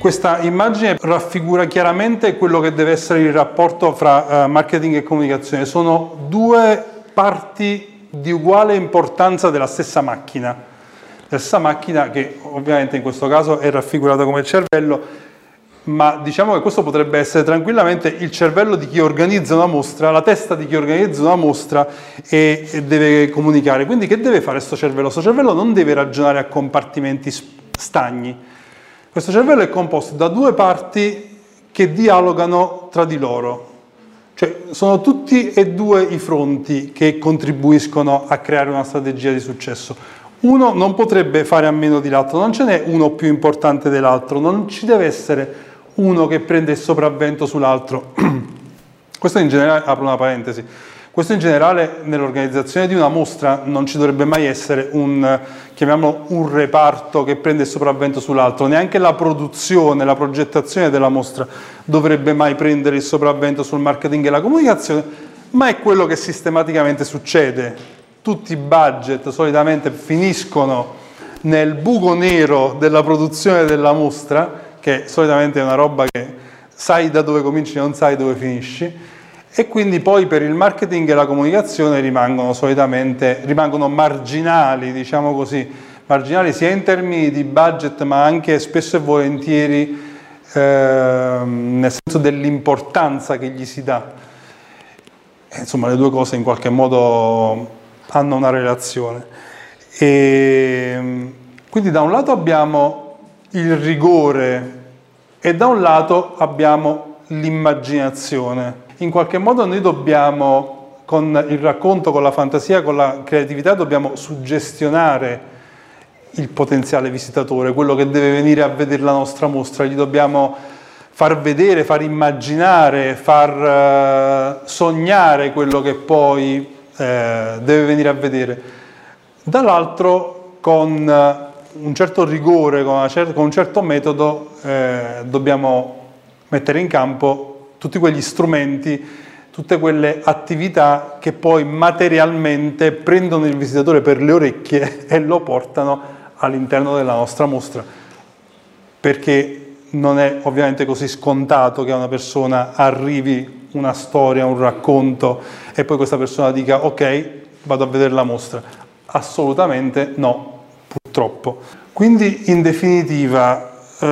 Questa immagine raffigura chiaramente quello che deve essere il rapporto fra marketing e comunicazione. Sono due parti di uguale importanza della stessa macchina. La stessa macchina che ovviamente in questo caso è raffigurata come il cervello, ma diciamo che questo potrebbe essere tranquillamente il cervello di chi organizza una mostra, la testa di chi organizza una mostra e deve comunicare. Quindi che deve fare questo cervello? Questo cervello non deve ragionare a compartimenti stagni. Questo cervello è composto da due parti che dialogano tra di loro, cioè sono tutti e due i fronti che contribuiscono a creare una strategia di successo. Uno non potrebbe fare a meno di l'altro, non ce n'è uno più importante dell'altro, non ci deve essere uno che prende il sopravvento sull'altro. Questo in generale, apro una parentesi, questo in generale nell'organizzazione di una mostra non ci dovrebbe mai essere chiamiamolo un reparto che prende il sopravvento sull'altro, neanche la produzione, la progettazione della mostra dovrebbe mai prendere il sopravvento sul marketing e la comunicazione, ma è quello che sistematicamente succede. Tutti i budget solitamente finiscono nel buco nero della produzione della mostra, che solitamente è una roba che sai da dove cominci e non sai dove finisci, e quindi poi per il marketing e la comunicazione rimangono marginali, diciamo così, marginali sia in termini di budget ma anche spesso e volentieri nel senso dell'importanza che gli si dà. Insomma, le due cose in qualche modo hanno una relazione. E quindi da un lato abbiamo il rigore e da un lato abbiamo l'immaginazione. In qualche modo noi dobbiamo, con il racconto, con la fantasia, con la creatività, dobbiamo suggestionare il potenziale visitatore, quello che deve venire a vedere la nostra mostra, gli dobbiamo far vedere, far immaginare, far sognare quello che poi deve venire a vedere. Dall'altro, con un certo rigore, con un certo metodo, dobbiamo mettere in campo tutti quegli strumenti, tutte quelle attività che poi materialmente prendono il visitatore per le orecchie e lo portano all'interno della nostra mostra, perché non è ovviamente così scontato che a una persona arrivi una storia, un racconto e poi questa persona dica ok, vado a vedere la mostra. Assolutamente no, purtroppo. Quindi in definitiva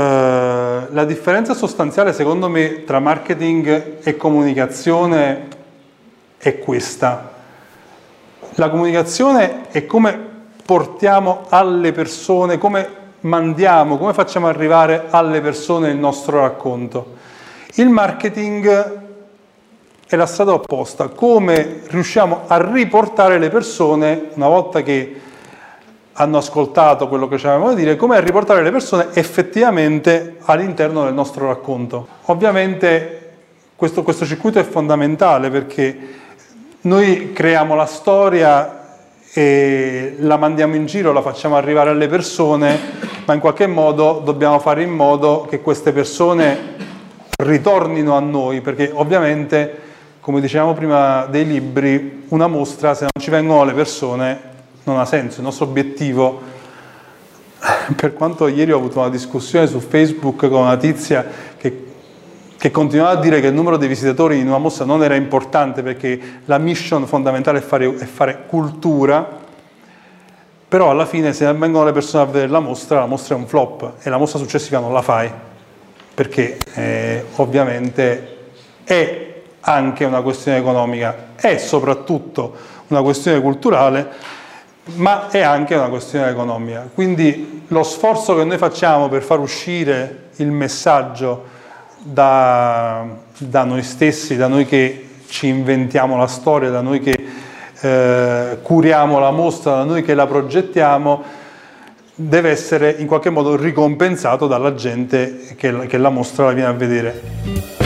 la differenza sostanziale secondo me tra marketing e comunicazione è questa. La comunicazione è come portiamo alle persone, come mandiamo, come facciamo arrivare alle persone il nostro racconto. Il marketing è la strada opposta, come riusciamo a riportare le persone, una volta che hanno ascoltato quello che ci avevamo da dire, come a riportare le persone effettivamente all'interno del nostro racconto. Ovviamente questo circuito è fondamentale perché noi creiamo la storia e la mandiamo in giro, la facciamo arrivare alle persone, ma in qualche modo dobbiamo fare in modo che queste persone ritornino a noi, perché ovviamente, come dicevamo prima dei libri, una mostra, se non ci vengono le persone, non ha senso. Il nostro obiettivo, per quanto ieri ho avuto una discussione su Facebook con una tizia che continuava a dire che il numero dei visitatori in una mostra non era importante perché la mission fondamentale è fare cultura, però alla fine se non vengono le persone a vedere la mostra è un flop e la mostra successiva non la fai, perché ovviamente è anche una questione economica, è soprattutto una questione culturale, ma è anche una questione economica. Quindi lo sforzo che noi facciamo per far uscire il messaggio da noi stessi, da noi che ci inventiamo la storia, da noi che curiamo la mostra, da noi che la progettiamo, deve essere in qualche modo ricompensato dalla gente che la mostra la viene a vedere.